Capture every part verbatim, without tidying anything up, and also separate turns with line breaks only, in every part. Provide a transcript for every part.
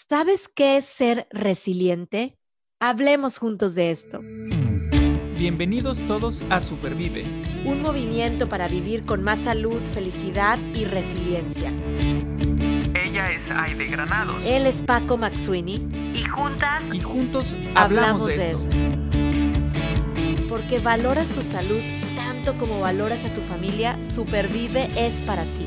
¿Sabes qué es ser resiliente? Hablemos juntos de esto.
Bienvenidos todos a Supervive.
Un movimiento para vivir con más salud, felicidad y resiliencia.
Ella es Aide Granados.
Él es Paco Maxuini.
Y juntas
Y juntos
hablamos,
hablamos de,
de
esto.
esto. Porque valoras tu salud tanto como valoras a tu familia, Supervive es para ti.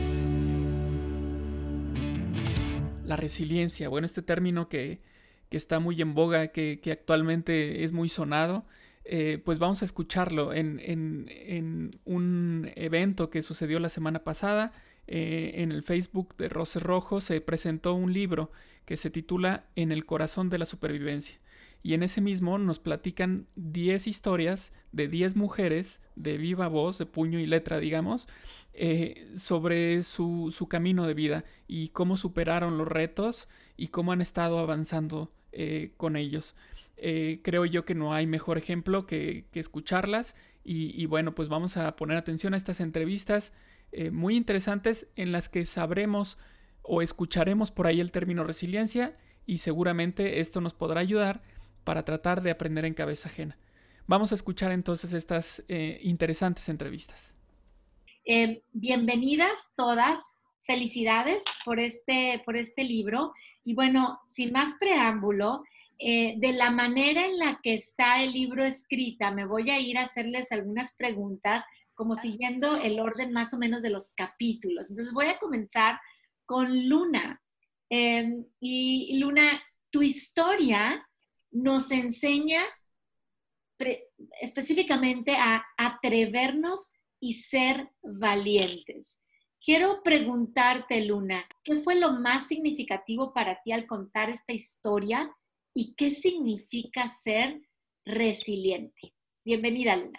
La resiliencia, bueno, este término que, que está muy en boga, que, que actualmente es muy sonado, eh, pues vamos a escucharlo en, en, en un evento que sucedió la semana pasada. Eh, en el Facebook de Roces Rojo se presentó un libro que se titula En el corazón de la supervivencia. Y en ese mismo nos platican diez historias de diez mujeres de viva voz, de puño y letra, digamos, eh, sobre su, su camino de vida y cómo superaron los retos y cómo han estado avanzando eh, con ellos. Eh, creo yo que no hay mejor ejemplo que, que escucharlas y, y bueno, pues vamos a poner atención a estas entrevistas eh, muy interesantes en las que sabremos o escucharemos por ahí el término resiliencia y seguramente esto nos podrá ayudar para tratar de aprender en cabeza ajena. Vamos a escuchar entonces estas eh, interesantes entrevistas.
Eh, bienvenidas todas, felicidades por este, por este libro. Y bueno, sin más preámbulo, eh, de la manera en la que está el libro escrita, me voy a ir a hacerles algunas preguntas, como siguiendo el orden más o menos de los capítulos. Entonces voy a comenzar con Luna. Eh, y Luna, tu historia nos enseña pre- específicamente a atrevernos y ser valientes. Quiero preguntarte, Luna, ¿qué fue lo más significativo para ti al contar esta historia y qué significa ser resiliente? Bienvenida, Luna.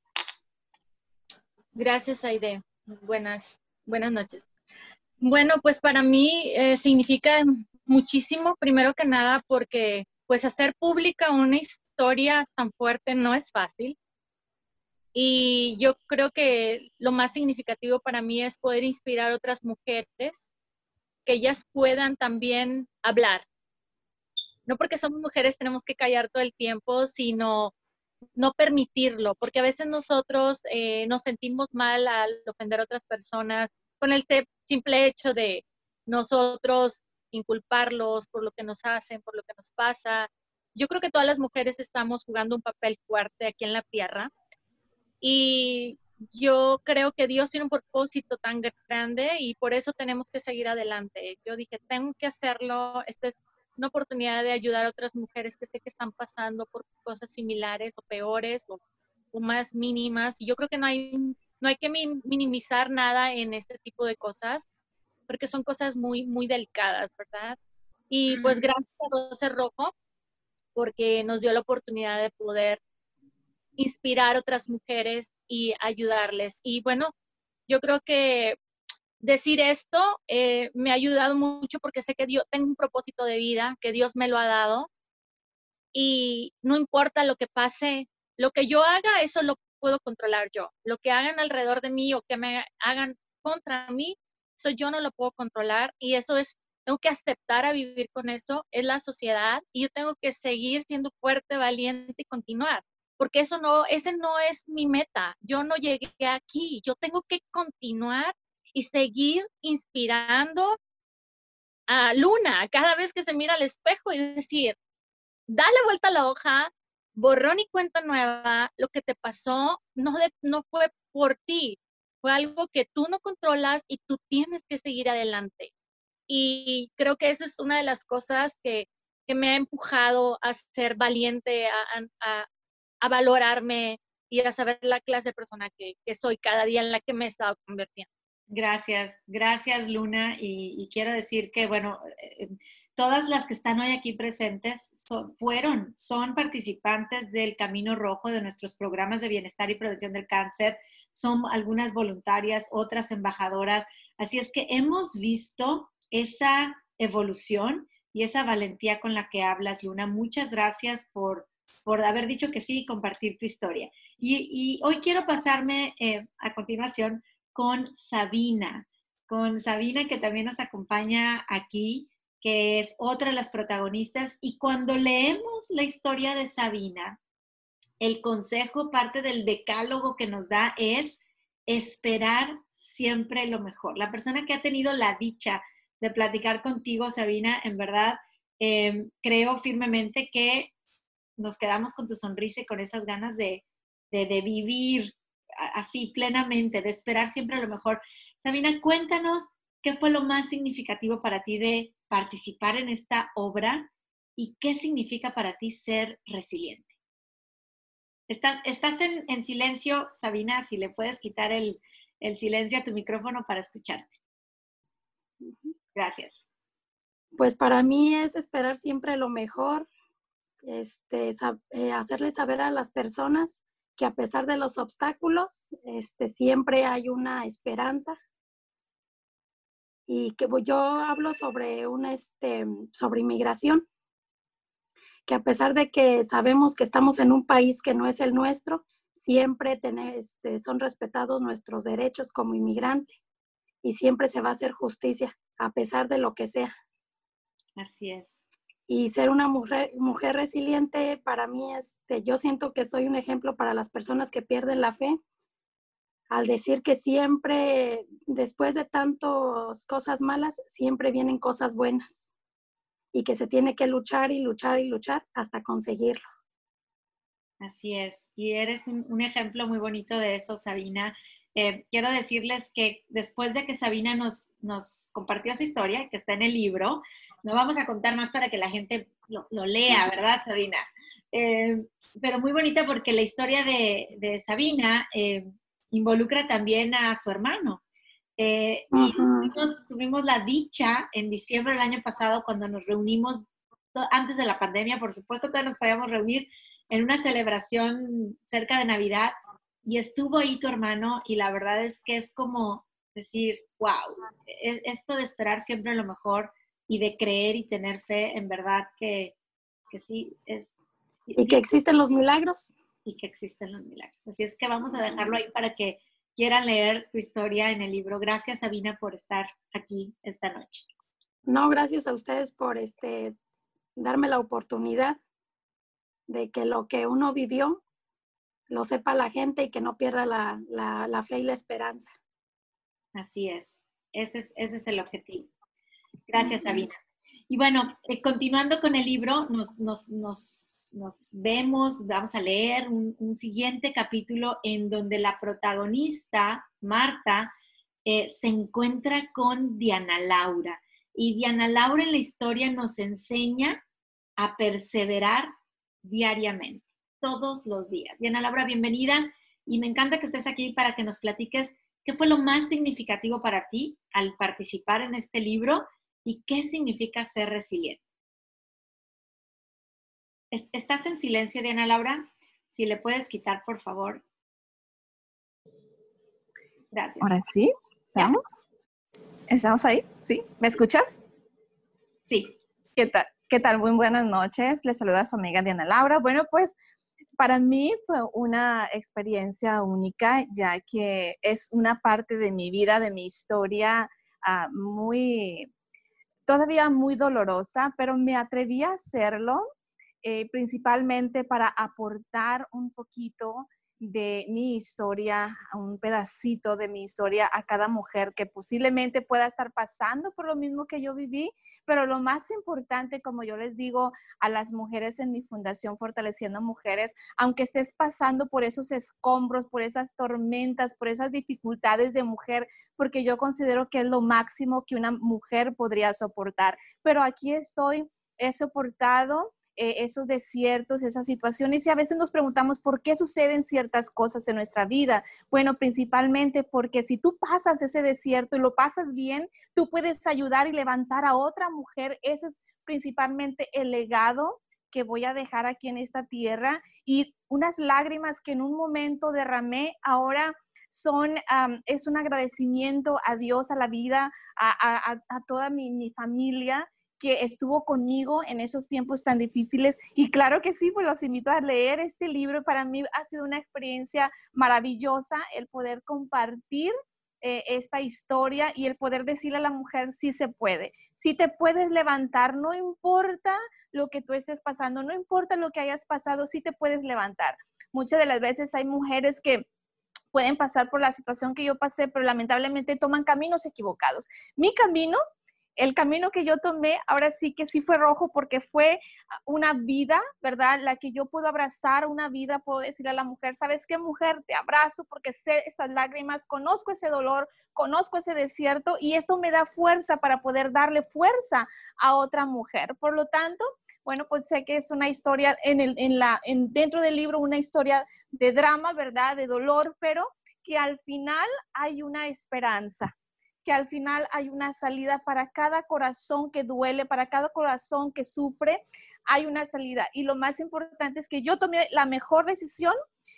Gracias, Aide. Buenas, buenas noches. Bueno, pues para mí eh, significa muchísimo, primero que nada, porque pues hacer pública una historia tan fuerte no es fácil. Y yo creo que lo más significativo para mí es poder inspirar a otras mujeres que ellas puedan también hablar. No porque somos mujeres tenemos que callar todo el tiempo, sino no permitirlo, porque a veces nosotros eh, nos sentimos mal al ofender a otras personas con el simple hecho de nosotros inculparlos por lo que nos hacen, por lo que nos pasa. Yo creo que todas las mujeres estamos jugando un papel fuerte aquí en la tierra y yo creo que Dios tiene un propósito tan grande y por eso tenemos que seguir adelante. Yo dije, tengo que hacerlo, esta es una oportunidad de ayudar a otras mujeres que sé que están pasando por cosas similares o peores o, o más mínimas. Y yo creo que no hay, no hay que minimizar nada en este tipo de cosas, porque son cosas muy, muy delicadas, ¿verdad? Y pues gracias a Roce Rojo, porque nos dio la oportunidad de poder inspirar a otras mujeres y ayudarles. Y bueno, yo creo que decir esto eh, me ha ayudado mucho porque sé que Dios, tengo un propósito de vida, que Dios me lo ha dado y no importa lo que pase, lo que yo haga, eso lo puedo controlar yo. Lo que hagan alrededor de mí o que me hagan contra mí, eso yo no lo puedo controlar y eso es, tengo que aceptar a vivir con eso, es la sociedad y yo tengo que seguir siendo fuerte, valiente y continuar. Porque eso no, ese no es mi meta. Yo no llegué aquí. Yo tengo que continuar y seguir inspirando a Luna cada vez que se mira al espejo y decir, dale vuelta a la hoja, borrón y cuenta nueva, lo que te pasó no, de, no fue por ti, fue algo que tú no controlas y tú tienes que seguir adelante. Y creo que esa es una de las cosas que, que me ha empujado a ser valiente, a, a, a valorarme y a saber la clase de persona que, que soy cada día en la que me he estado convirtiendo.
Gracias, gracias Luna. Y, y quiero decir que, bueno, eh, todas las que están hoy aquí presentes son, fueron, son participantes del Camino Rojo, de nuestros programas de bienestar y prevención del cáncer. Son algunas voluntarias, otras embajadoras. Así es que hemos visto esa evolución y esa valentía con la que hablas, Luna. Muchas gracias por, por haber dicho que sí y compartir tu historia. Y, y hoy quiero pasarme eh, a continuación con Sabina, con Sabina que también nos acompaña aquí, que es otra de las protagonistas. Y cuando leemos la historia de Sabina, el consejo, parte del decálogo que nos da es esperar siempre lo mejor. La persona que ha tenido la dicha de platicar contigo, Sabina, en verdad, eh, creo firmemente que nos quedamos con tu sonrisa y con esas ganas de, de, de vivir así plenamente, de esperar siempre lo mejor. Sabina, cuéntanos qué fue lo más significativo para ti de participar en esta obra y qué significa para ti ser resiliente. Estás, estás en, en silencio, Sabina, si le puedes quitar el, el silencio a tu micrófono para escucharte. Gracias.
Pues para mí es esperar siempre lo mejor, este, sab- eh, hacerle saber a las personas que a pesar de los obstáculos, este, siempre hay una esperanza. Y que yo hablo sobre una, este, sobre inmigración, que a pesar de que sabemos que estamos en un país que no es el nuestro, siempre tener, este, son respetados nuestros derechos como inmigrante y siempre se va a hacer justicia a pesar de lo que sea.
Así es.
Y ser una mujer, mujer resiliente, para mí, este, yo siento que soy un ejemplo para las personas que pierden la fe, al decir que siempre, después de tantas cosas malas, siempre vienen cosas buenas y que se tiene que luchar y luchar y luchar hasta conseguirlo.
Así es. Y eres un, un ejemplo muy bonito de eso, Sabina. Eh, quiero decirles que después de que Sabina nos, nos compartió su historia, que está en el libro, no vamos a contar más para que la gente lo, lo lea, ¿verdad, Sabina? Eh, pero muy bonita porque la historia de, de Sabina eh, involucra también a su hermano. Eh, y
Uh-huh.
tuvimos, tuvimos la dicha en diciembre del año pasado, cuando nos reunimos, antes de la pandemia, por supuesto, todavía nos podíamos reunir en una celebración cerca de Navidad, y estuvo ahí tu hermano, y la verdad es que es como decir, wow, esto de esperar siempre lo mejor y de creer y tener fe, en verdad que, que sí, es...
Y que existen los milagros.
Y que existen los milagros. Así es que vamos a dejarlo ahí para que quieran leer tu historia en el libro. Gracias, Sabina, por estar aquí esta noche.
No, gracias a ustedes por este, darme la oportunidad de que lo que uno vivió lo sepa la gente y que no pierda la, la, la fe y la esperanza.
Así es. Ese es, ese es el objetivo. Gracias, Sabina. Y bueno, eh, continuando con el libro, nos, nos, nos, nos vemos, vamos a leer un, un siguiente capítulo en donde la protagonista, Marta, eh, se encuentra con Diana Laura. Y Diana Laura en la historia nos enseña a perseverar diariamente, todos los días. Diana Laura, bienvenida, y me encanta que estés aquí para que nos platiques qué fue lo más significativo para ti al participar en este libro y qué significa ser resiliente. ¿Estás en silencio, Diana Laura? Si le puedes quitar, por favor. Gracias.
Ahora sí, ¿estamos? ¿Estamos ahí? ¿Sí? ¿Me escuchas?
Sí.
¿Qué tal? ¿Qué tal? Muy buenas noches. Les saluda a su amiga Diana Laura. Bueno, pues para mí fue una experiencia única, ya que es una parte de mi vida, de mi historia, uh, muy, todavía muy dolorosa, pero me atreví a hacerlo eh, principalmente para aportar un poquito de mi historia, un pedacito de mi historia a cada mujer que posiblemente pueda estar pasando por lo mismo que yo viví, pero lo más importante, como yo les digo a las mujeres en mi fundación Fortaleciendo Mujeres, aunque estés pasando por esos escombros, por esas tormentas, por esas dificultades de mujer, porque yo considero que es lo máximo que una mujer podría soportar, pero aquí estoy, he soportado Eh, esos desiertos, esas situaciones, y a veces nos preguntamos por qué suceden ciertas cosas en nuestra vida. Bueno, principalmente porque si tú pasas ese desierto y lo pasas bien, tú puedes ayudar y levantar a otra mujer. Ese es principalmente el legado que voy a dejar aquí en esta tierra, y unas lágrimas que en un momento derramé, ahora son, um, es un agradecimiento a Dios, a la vida, a, a, a toda mi, mi familia, que estuvo conmigo en esos tiempos tan difíciles. Y claro que sí, pues los invito a leer este libro. Para mí ha sido una experiencia maravillosa el poder compartir eh, esta historia y el poder decirle a la mujer, sí se puede, sí te puedes levantar, no importa lo que tú estés pasando, no importa lo que hayas pasado, sí te puedes levantar. Muchas de las veces hay mujeres que pueden pasar por la situación que yo pasé, pero lamentablemente toman caminos equivocados. Mi camino, el camino que yo tomé, ahora sí que sí fue rojo porque fue una vida, ¿verdad? La que yo puedo abrazar, una vida, puedo decirle a la mujer, ¿sabes qué, mujer? Te abrazo porque sé esas lágrimas, conozco ese dolor, conozco ese desierto y eso me da fuerza para poder darle fuerza a otra mujer. Por lo tanto, bueno, pues sé que es una historia en el, en la, en, dentro del libro, una historia de drama, ¿verdad? De dolor, pero que al final hay una esperanza, que al final hay una salida para cada corazón que duele, para cada corazón que sufre, hay una salida. Y lo más importante es que yo tomé la mejor decisión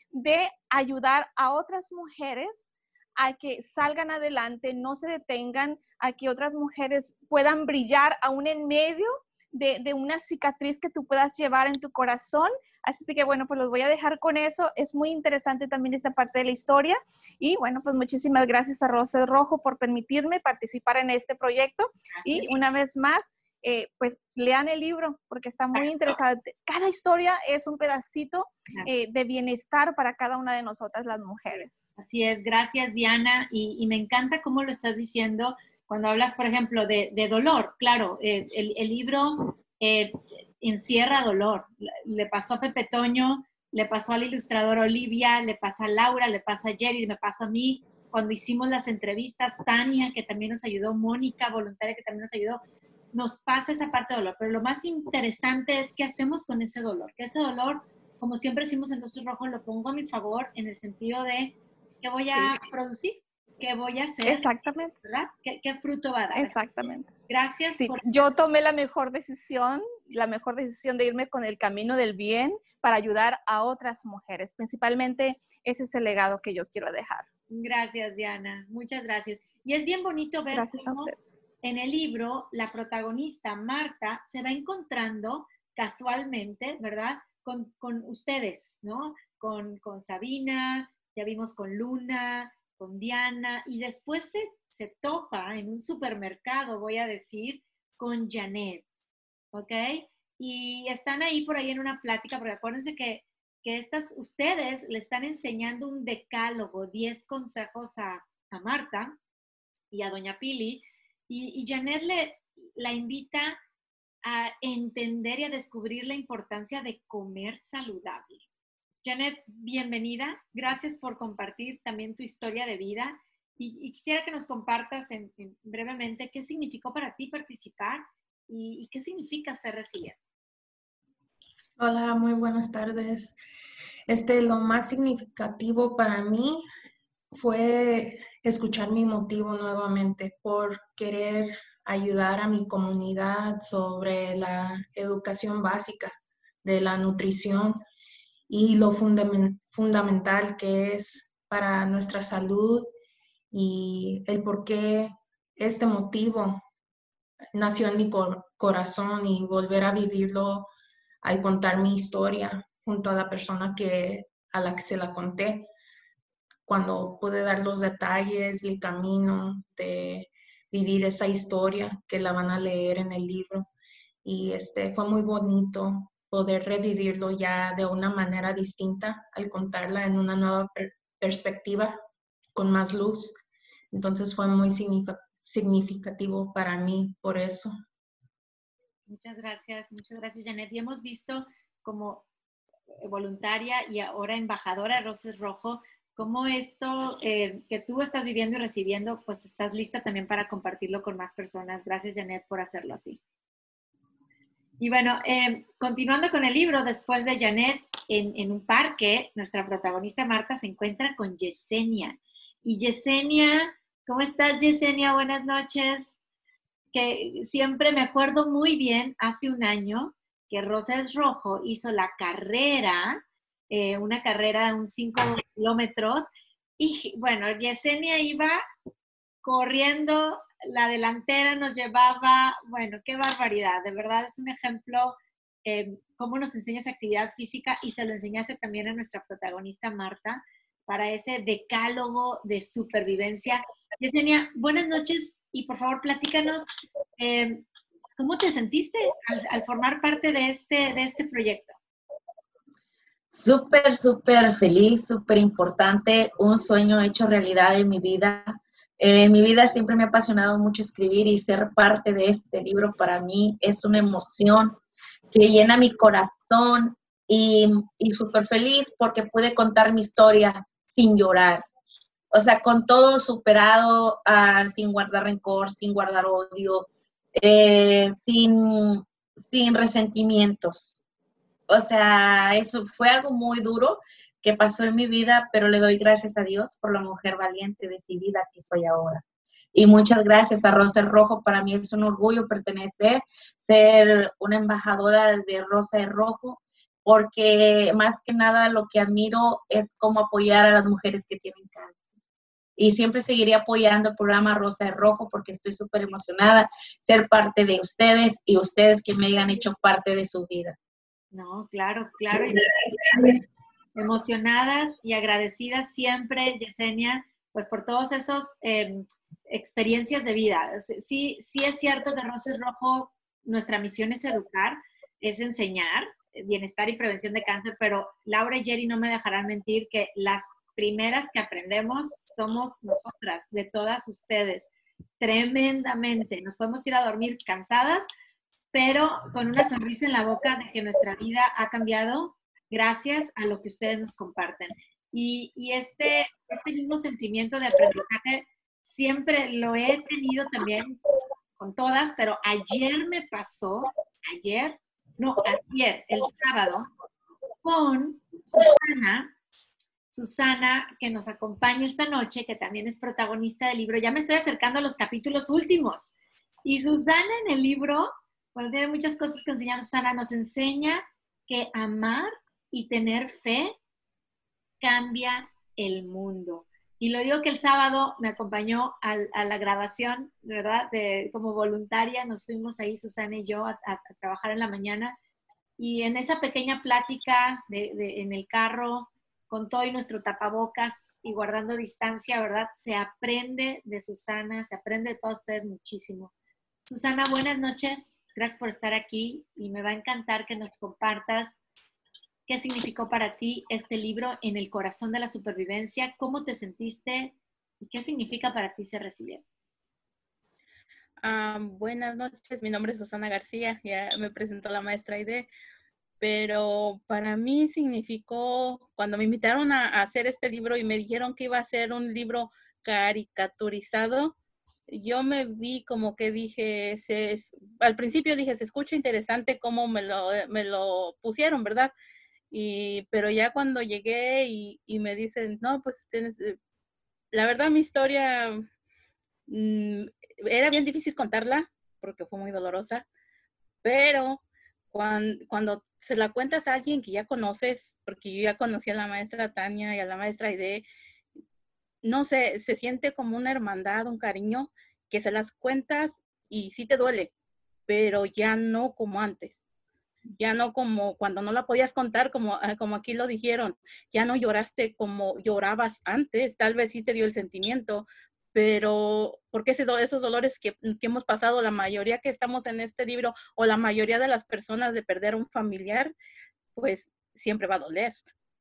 de ayudar a otras mujeres a que salgan adelante, no se detengan, a que otras mujeres puedan brillar aún en medio de, de una cicatriz que tú puedas llevar en tu corazón. Así que bueno, pues los voy a dejar con eso. Es muy interesante también esta parte de la historia. Y bueno, pues muchísimas gracias a Roses Rojo por permitirme participar en este proyecto. Y una vez más, eh, pues lean el libro porque está muy interesante. Cada historia es un pedacito eh, de bienestar para cada una de nosotras las mujeres.
Así es, gracias Diana. Y, y me encanta cómo lo estás diciendo cuando hablas, por ejemplo, de, de dolor. Claro, eh, el, el libro eh, encierra dolor. Le pasó a Pepe Toño, le pasó a la ilustradora Olivia, le pasa a Laura, le pasa a Jerry, me pasó a mí. Cuando hicimos las entrevistas, Tania, que también nos ayudó, Mónica, voluntaria, que también nos ayudó, nos pasa esa parte de dolor. Pero lo más interesante es qué hacemos con ese dolor. Que ese dolor, como siempre decimos en Roses Rojo, lo pongo a mi favor en el sentido de qué voy a sí. producir, qué voy a hacer.
Exactamente.
¿Verdad? ¿Qué, qué fruto va a dar?
Exactamente.
Gracias.
Sí,
por...
Yo tomé la mejor decisión, la mejor decisión de irme con el camino del bien para ayudar a otras mujeres. Principalmente ese es el legado que yo quiero dejar.
Gracias, Diana. Muchas gracias. Y es bien bonito ver
gracias
cómo en el libro la protagonista, Marta, se va encontrando casualmente, ¿verdad? Con, con ustedes, ¿no? Con, con Sabina, ya vimos con Luna, con Diana, y después se, se topa en un supermercado, voy a decir, con Janet, ¿ok? Y están ahí por ahí en una plática, porque acuérdense que, que estas, ustedes le están enseñando un decálogo, diez consejos a, a Marta y a Doña Pili, y, y Janet le, la invita a entender y a descubrir la importancia de comer saludable. Janet, bienvenida. Gracias por compartir también tu historia de vida. Y, y quisiera que nos compartas en, en, brevemente qué significó para ti participar y, y qué significa ser resiliente.
Hola, muy buenas tardes. Este, lo más significativo para mí fue escuchar mi motivo nuevamente por querer ayudar a mi comunidad sobre la educación básica de la nutrición y lo fundament- fundamental que es para nuestra salud y el por qué este motivo nació en mi cor- corazón y volver a vivirlo al contar mi historia junto a la persona que, a la que se la conté, cuando pude dar los detalles, el camino de vivir esa historia que la van a leer en el libro. Y este, fue muy bonito poder revivirlo ya de una manera distinta al contarla en una nueva per- perspectiva, con más luz. Entonces fue muy signific- significativo para mí por eso.
Muchas gracias, muchas gracias, Janet. Y hemos visto como voluntaria y ahora embajadora de Roses Rojo, cómo esto eh, que tú estás viviendo y recibiendo, pues estás lista también para compartirlo con más personas. Gracias, Janet, por hacerlo así. Y bueno, eh, continuando con el libro, después de Janet, en, en un parque, nuestra protagonista Marta se encuentra con Yesenia. Y Yesenia, ¿cómo estás, Yesenia? Buenas noches. Que siempre me acuerdo muy bien, hace un año, que Roses Rojo hizo la carrera, eh, una carrera de unos cinco kilómetros, y bueno, Yesenia iba corriendo, la delantera nos llevaba, bueno, qué barbaridad, de verdad es un ejemplo, eh, cómo nos enseña esa actividad física y se lo enseñaste también a nuestra protagonista Marta, para ese decálogo de supervivencia. Yesenia, buenas noches y por favor platícanos, eh, ¿cómo te sentiste al, al formar parte de este, de este proyecto?
Súper, súper feliz, súper importante, un sueño hecho realidad en mi vida. Eh, en mi vida siempre me ha apasionado mucho escribir y ser parte de este libro para mí es una emoción que llena mi corazón y, y súper feliz porque pude contar mi historia sin llorar. O sea, con todo superado, uh, sin guardar rencor, sin guardar odio, eh, sin, sin resentimientos. O sea, eso fue algo muy duro que pasó en mi vida, pero le doy gracias a Dios por la mujer valiente y decidida que soy ahora. Y muchas gracias a Rosa de Rojo. Para mí es un orgullo pertenecer, ser una embajadora de Rosa de Rojo, porque más que nada lo que admiro es cómo apoyar a las mujeres que tienen cáncer. Y siempre seguiré apoyando el programa Rosa de Rojo porque estoy súper emocionada ser parte de ustedes y ustedes que me hayan hecho parte de su vida.
No, claro, claro. Emocionadas y agradecidas siempre, Yesenia, pues por todos esos eh, experiencias de vida. Sí, sí es cierto que Rosa de Rojo, nuestra misión es educar, es enseñar bienestar y prevención de cáncer, pero Laura y Jerry no me dejarán mentir que las primeras que aprendemos somos nosotras, de todas ustedes, tremendamente. Nos podemos ir a dormir cansadas, pero con una sonrisa en la boca de que nuestra vida ha cambiado gracias a lo que ustedes nos comparten. Y, y este, este mismo sentimiento de aprendizaje siempre lo he tenido también con todas, pero ayer me pasó, ayer, no, ayer, el sábado, con Susana, Susana, que nos acompaña esta noche, que también es protagonista del libro. Ya me estoy acercando a los capítulos últimos. Y Susana en el libro, bueno, tiene muchas cosas que enseñar. Susana nos enseña que amar y tener fe cambia el mundo. Y lo digo que el sábado me acompañó al, a la grabación, ¿verdad? De, como voluntaria, nos fuimos ahí, Susana y yo, a, a, a trabajar en la mañana. Y en esa pequeña plática de, de, en el carro, con todo y nuestro tapabocas y guardando distancia, ¿verdad? Se aprende de Susana, se aprende de todos ustedes muchísimo. Susana, buenas noches. Gracias por estar aquí y me va a encantar que nos compartas qué significó para ti este libro En el corazón de la supervivencia, cómo te sentiste y qué significa para ti ser resiliente.
Um, buenas noches, mi nombre es Susana García, ya me presentó la maestra Aide, pero para mí significó, cuando me invitaron a, a hacer este libro y me dijeron que iba a ser un libro caricaturizado, yo me vi como que dije, se, al principio dije, se escucha interesante cómo me lo, me lo pusieron, ¿verdad? Y, pero ya cuando llegué y, y me dicen, no, pues tienes, la verdad mi historia mmm, era bien difícil contarla porque fue muy dolorosa, pero cuando, cuando se la cuentas a alguien que ya conoces, porque yo ya conocí a la maestra Tania y a la maestra Aide, no sé, se siente como una hermandad, un cariño, que se las cuentas y sí te duele, pero ya no como antes. Ya no como cuando no la podías contar, como, como aquí lo dijeron, ya no lloraste como llorabas antes, tal vez sí te dio el sentimiento, pero porque ese, esos dolores que, que hemos pasado, la mayoría que estamos en este libro, o la mayoría de las personas de perder a un familiar, pues siempre va a doler.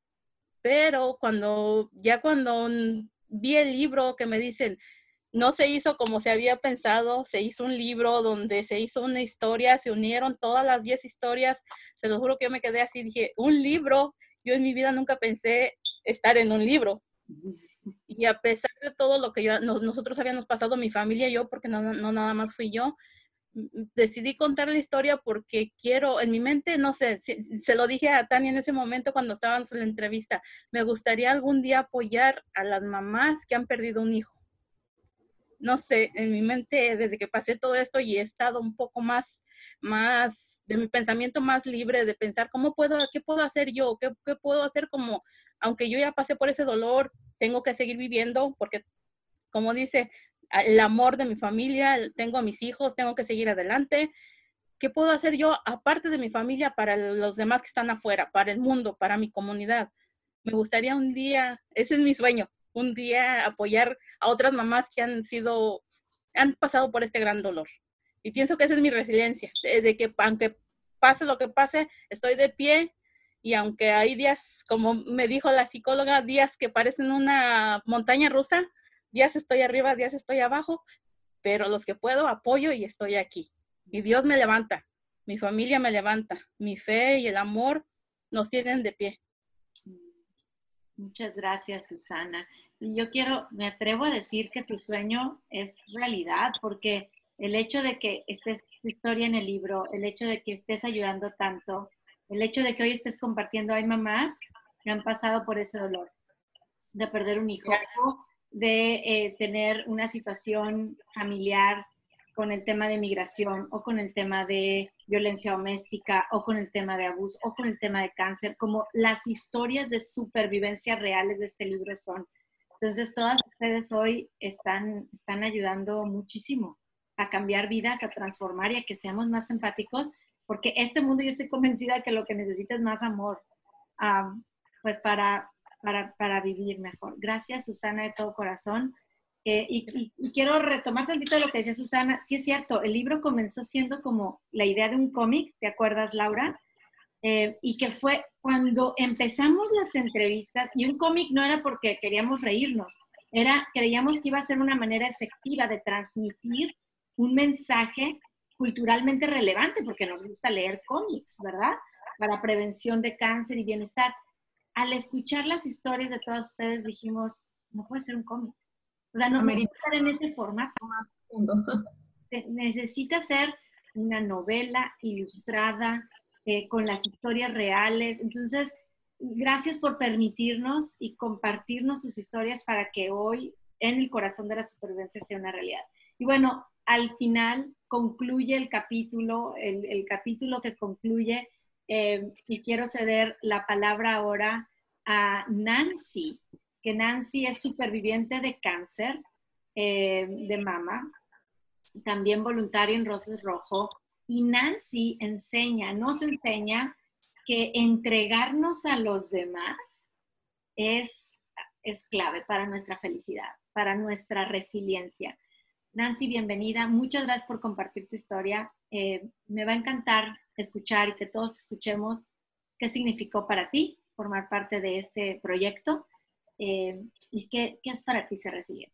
Pero cuando, ya cuando vi el libro que me dicen, no se hizo como se había pensado, se hizo un libro donde se hizo una historia, se unieron todas las diez historias, se lo juro que yo me quedé así, dije, un libro, yo en mi vida nunca pensé estar en un libro. Y a pesar de todo lo que yo, no, nosotros habíamos pasado, mi familia y yo, porque no, no nada más fui yo, decidí contar la historia porque quiero, en mi mente, no sé, se, se lo dije a Tania en ese momento cuando estábamos en la entrevista, me gustaría algún día apoyar a las mamás que han perdido un hijo. No sé, en mi mente, desde que pasé todo esto y he estado un poco más, más, de mi pensamiento más libre, de pensar cómo puedo, qué puedo hacer yo, qué, qué puedo hacer como, aunque yo ya pasé por ese dolor, tengo que seguir viviendo, porque como dice, el amor de mi familia, tengo a mis hijos, tengo que seguir adelante. ¿Qué puedo hacer yo, aparte de mi familia, para los demás que están afuera, para el mundo, para mi comunidad? me gustaría un día, ese es mi sueño, un día apoyar a otras mamás que han sido, han pasado por este gran dolor. Y pienso que esa es mi resiliencia, de, de que aunque pase lo que pase, estoy de pie, y aunque hay días, como me dijo la psicóloga, días que parecen una montaña rusa, días estoy arriba, días estoy abajo, pero los que puedo apoyo y estoy aquí. Y Dios me levanta, mi familia me levanta, mi fe y el amor nos tienen de pie.
Muchas gracias, Susana. Y yo quiero, me atrevo a decir que tu sueño es realidad, porque el hecho de que estés tu historia en el libro, el hecho de que estés ayudando tanto, el hecho de que hoy estés compartiendo, hay mamás que han pasado por ese dolor de perder un hijo, o de eh, tener una situación familiar con el tema de migración, o con el tema de violencia doméstica, o con el tema de abuso, o con el tema de cáncer, como las historias de supervivencia reales de este libro son. Entonces, todas ustedes hoy están, están ayudando muchísimo a cambiar vidas, a transformar y a que seamos más empáticos, porque este mundo, yo estoy convencida que lo que necesita es más amor, um, pues para, para, para vivir mejor. Gracias, Susana, de todo corazón. Eh, y, y, y quiero retomar tantito de lo que decía Susana. Sí es cierto, el libro comenzó siendo como la idea de un cómic, ¿te acuerdas, Laura? Eh, y que fue cuando empezamos las entrevistas, y un cómic no era porque queríamos reírnos, era, creíamos que iba a ser una manera efectiva de transmitir un mensaje culturalmente relevante, porque nos gusta leer cómics, ¿verdad? Para prevención de cáncer y bienestar. Al escuchar las historias de todos ustedes dijimos, no puede ser un cómic. O sea, no, no puede estar en ese formato. Necesita ser una novela ilustrada, eh, con las historias reales. Entonces, gracias por permitirnos y compartirnos sus historias para que hoy, en el corazón de la supervivencia, sea una realidad. Y bueno, al final concluye el capítulo, el, el capítulo que concluye, eh, y quiero ceder la palabra ahora a Nancy, que Nancy es superviviente de cáncer eh, de mama, también voluntaria en Roses Rojo, y Nancy enseña, nos enseña que entregarnos a los demás es, es clave para nuestra felicidad, para nuestra resiliencia. Nancy, bienvenida. Muchas gracias por compartir tu historia. Eh, me va a encantar escuchar y que todos escuchemos qué significó para ti formar parte de este proyecto, eh, y qué, qué es para ti ser resiliente.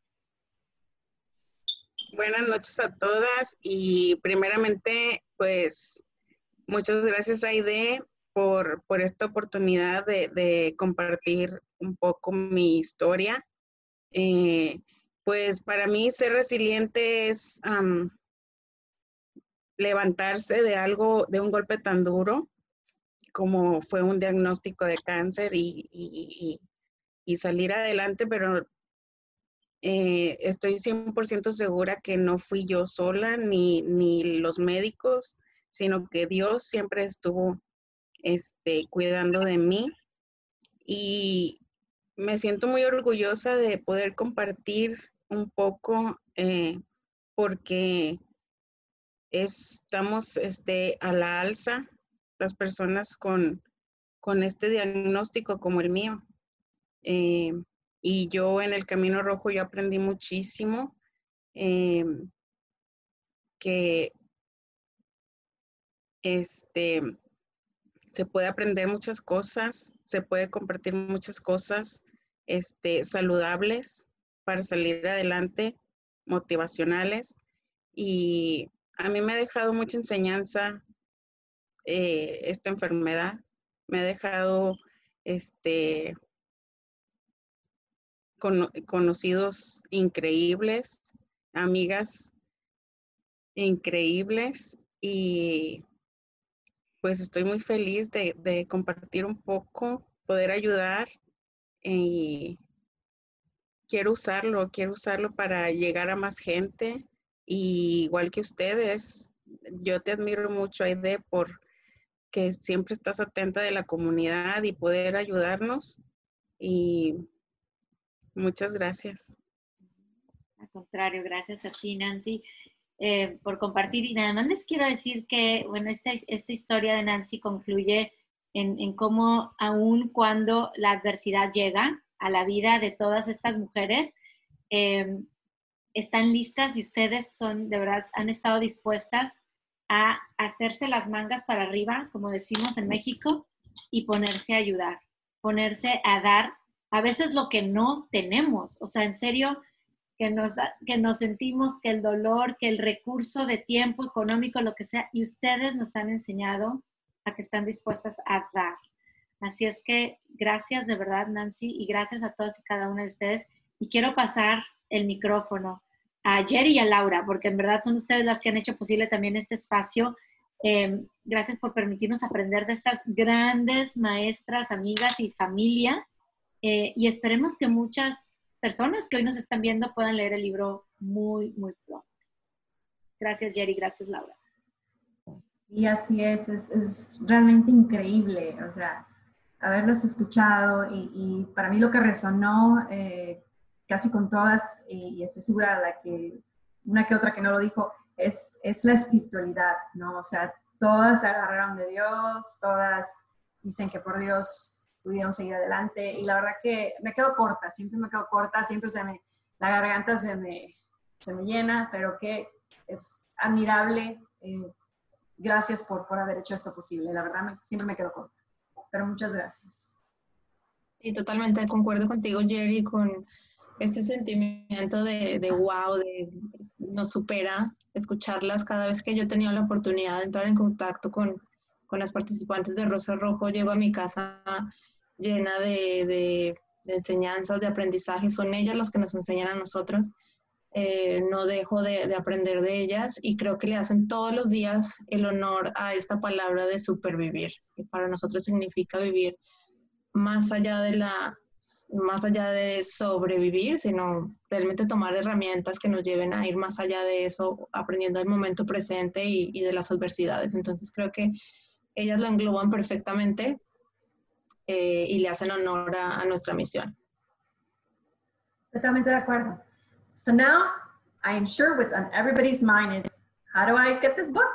Buenas noches a todas y primeramente, pues, muchas gracias, Aide, por, por esta oportunidad de, de compartir un poco mi historia. Eh, Pues para mí ser resiliente es um, levantarse de algo, de un golpe tan duro como fue un diagnóstico de cáncer y, y, y salir adelante, pero eh, estoy cien por ciento segura que no fui yo sola ni, ni los médicos, sino que Dios siempre estuvo este, cuidando de mí. Y me siento muy orgullosa de poder compartir un poco, eh, porque estamos este, a la alza las personas con, con este diagnóstico como el mío. Eh, y yo en el Camino Rojo yo aprendí muchísimo, eh, que este, se puede aprender muchas cosas, se puede compartir muchas cosas este, saludables para salir adelante, motivacionales. Y a mí me ha dejado mucha enseñanza eh, esta enfermedad. Me ha dejado este, con, conocidos increíbles, amigas increíbles, y pues estoy muy feliz de, de compartir un poco, poder ayudar, y quiero usarlo, quiero usarlo para llegar a más gente. Y igual que ustedes, yo te admiro mucho, Aide, por que siempre estás atenta de la comunidad y poder ayudarnos. Y muchas gracias.
Al contrario, gracias a ti, Nancy, eh, por compartir. Y nada más les quiero decir que, bueno, esta, esta historia de Nancy concluye en, en cómo aun cuando la adversidad llega a la vida de todas estas mujeres, eh, están listas y ustedes son, de verdad, han estado dispuestas a hacerse las mangas para arriba, como decimos en México, y ponerse a ayudar, ponerse a dar a veces lo que no tenemos. O sea, en serio, que nos, que nos sentimos que el dolor, que el recurso de tiempo económico, lo que sea, y ustedes nos han enseñado a que están dispuestas a dar. Así es que gracias de verdad, Nancy, y gracias a todos y cada una de ustedes. Y quiero pasar el micrófono a Jerry y a Laura, porque en verdad son ustedes las que han hecho posible también este espacio. Eh, gracias por permitirnos aprender de estas grandes maestras, amigas y familia. Eh, y esperemos que muchas personas que hoy nos están viendo puedan leer el libro muy, muy pronto. Gracias, Jerry. Gracias, Laura.
Y así es, es, es realmente increíble, o sea, haberlos escuchado y, y para mí lo que resonó eh, casi con todas, y, y estoy segura de la que una que otra que no lo dijo, es, es la espiritualidad, ¿no? O sea, todas se agarraron de Dios, todas dicen que por Dios pudieron seguir adelante, y la verdad que me quedo corta, siempre me quedo corta, siempre se me, la garganta se me, se me llena, pero que es admirable. Eh, gracias por, por haber hecho esto posible, la verdad me, siempre me quedo corta, pero muchas gracias.
Y totalmente concuerdo contigo, Jerry, con este sentimiento de, de wow, de nos supera escucharlas. Cada vez que yo he tenido la oportunidad de entrar en contacto con, con las participantes de Rosa Rojo, llego a mi casa llena de, de, de enseñanzas, de aprendizaje. Son ellas las que nos enseñan a nosotros. Eh, no dejo de, de aprender de ellas y creo que le hacen todos los días el honor a esta palabra de supervivir, que para nosotros significa vivir más allá de la más allá de sobrevivir, sino realmente tomar herramientas que nos lleven a ir más allá de eso, aprendiendo del momento presente y, y de las adversidades. Entonces creo que ellas lo engloban perfectamente eh, y le hacen honor a, a nuestra misión.
Totalmente de acuerdo. So now, I am sure what's on everybody's mind is, how do I get this book?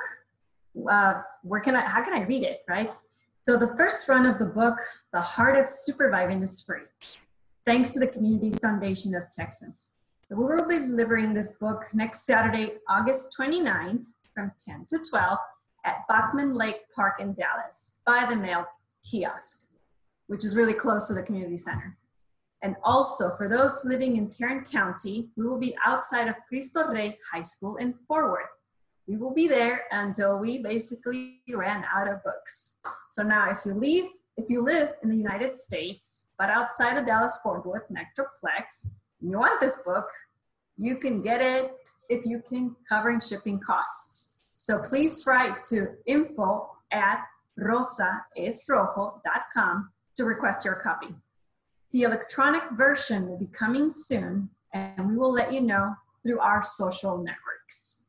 Uh, where can I, how can I read it, right? So the first run of the book, The Heart of Superviving, is free, thanks to the Communities Foundation of Texas. So we will be delivering this book next Saturday, August twenty-ninth, from ten to twelve at Bachman Lake Park in Dallas by the mail kiosk, which is really close to the community center. And also, for those living in Tarrant County, we will be outside of Cristo Rey High School in Fort Worth. We will be there until we basically ran out of books. So now if you leave, if you live in the United States, but outside of Dallas-Fort Worth Metroplex, and you want this book, you can get it if you can cover shipping costs. So please write to info at rosa es rojo dot com to request your copy. The electronic version will be coming soon, and we will let you know through our social networks.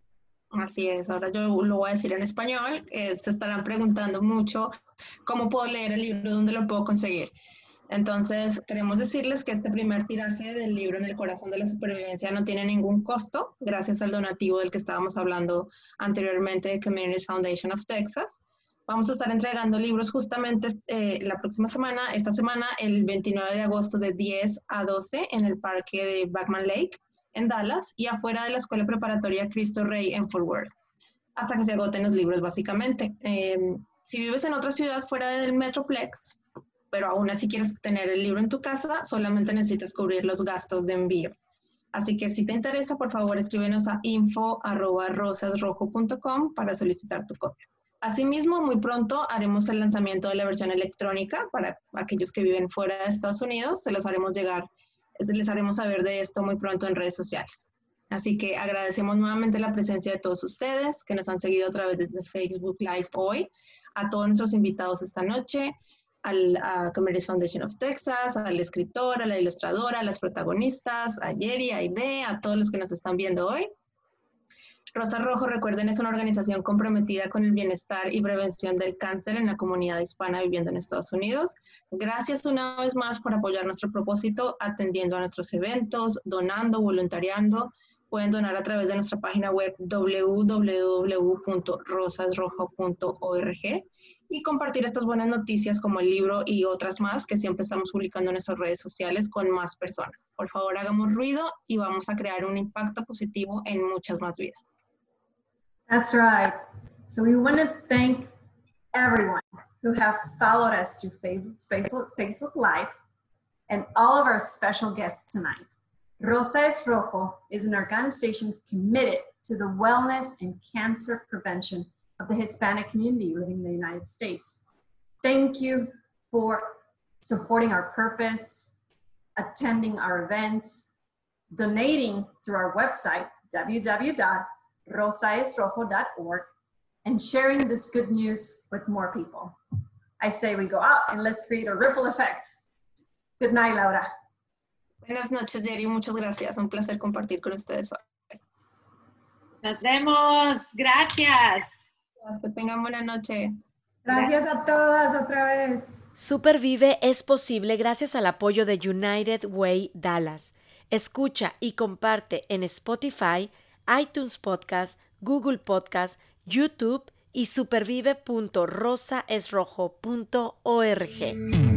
Así es, ahora yo lo voy a decir en español. Eh, se estarán preguntando mucho cómo puedo leer el libro, dónde lo puedo conseguir. Entonces, queremos decirles que este primer tiraje del libro En el corazón de la supervivencia no tiene ningún costo, gracias al donativo del que estábamos hablando anteriormente de Communities Foundation of Texas. Vamos a estar entregando libros justamente eh, la próxima semana, esta semana, el veintinueve de agosto de diez a doce en el parque de Bachman Lake, en Dallas, y afuera de la Escuela Preparatoria Cristo Rey en Fort Worth, hasta que se agoten los libros, básicamente. Eh, si vives en otra ciudad fuera del Metroplex, pero aún así quieres tener el libro en tu casa, solamente necesitas cubrir los gastos de envío. Así que si te interesa, por favor, escríbenos a info arroba rosas rojo punto com para solicitar tu copia. Asimismo, muy pronto haremos el lanzamiento de la versión electrónica para aquellos que viven fuera de Estados Unidos. Se los haremos llegar, les haremos saber de esto muy pronto en redes sociales. Así que agradecemos nuevamente la presencia de todos ustedes que nos han seguido a través de Facebook Live hoy, a todos nuestros invitados esta noche, al, a Communities Foundation of Texas, al escritor, a la ilustradora, a las protagonistas, a Jerry, a Aide, a todos los que nos están viendo hoy. Rosa Rojo, recuerden, es una organización comprometida con el bienestar y prevención del cáncer en la comunidad hispana viviendo en Estados Unidos. Gracias una vez más por apoyar nuestro propósito, atendiendo a nuestros eventos, donando, voluntariando. Pueden donar a través de nuestra página web doble u doble u doble u punto rosas rojo punto org
y compartir estas buenas noticias como el libro y otras más que siempre estamos publicando en nuestras redes sociales con más personas. Por favor, hagamos ruido y vamos a crear un impacto positivo en muchas más vidas.
That's right. So we want to thank everyone who have followed us through Facebook, Facebook Live and all of our special guests tonight. Rosa es Rojo is an organization committed to the wellness and cancer prevention of the Hispanic community living in the United States. Thank you for supporting our purpose, attending our events, donating through our website, w w w dot rosa es rojo dot org, and sharing this good news with more people. I say we go out and let's create a ripple effect. Good night, Laura.
Buenas noches, Jerry. Muchas gracias. Un placer compartir con ustedes hoy.
Nos vemos. Gracias.
Que tengan buena noche.
Gracias a todas otra vez.
Supervive es posible gracias al apoyo de United Way Dallas. Escucha y comparte en Spotify, iTunes Podcast, Google Podcast, YouTube y supervive punto rosa es rojo punto org.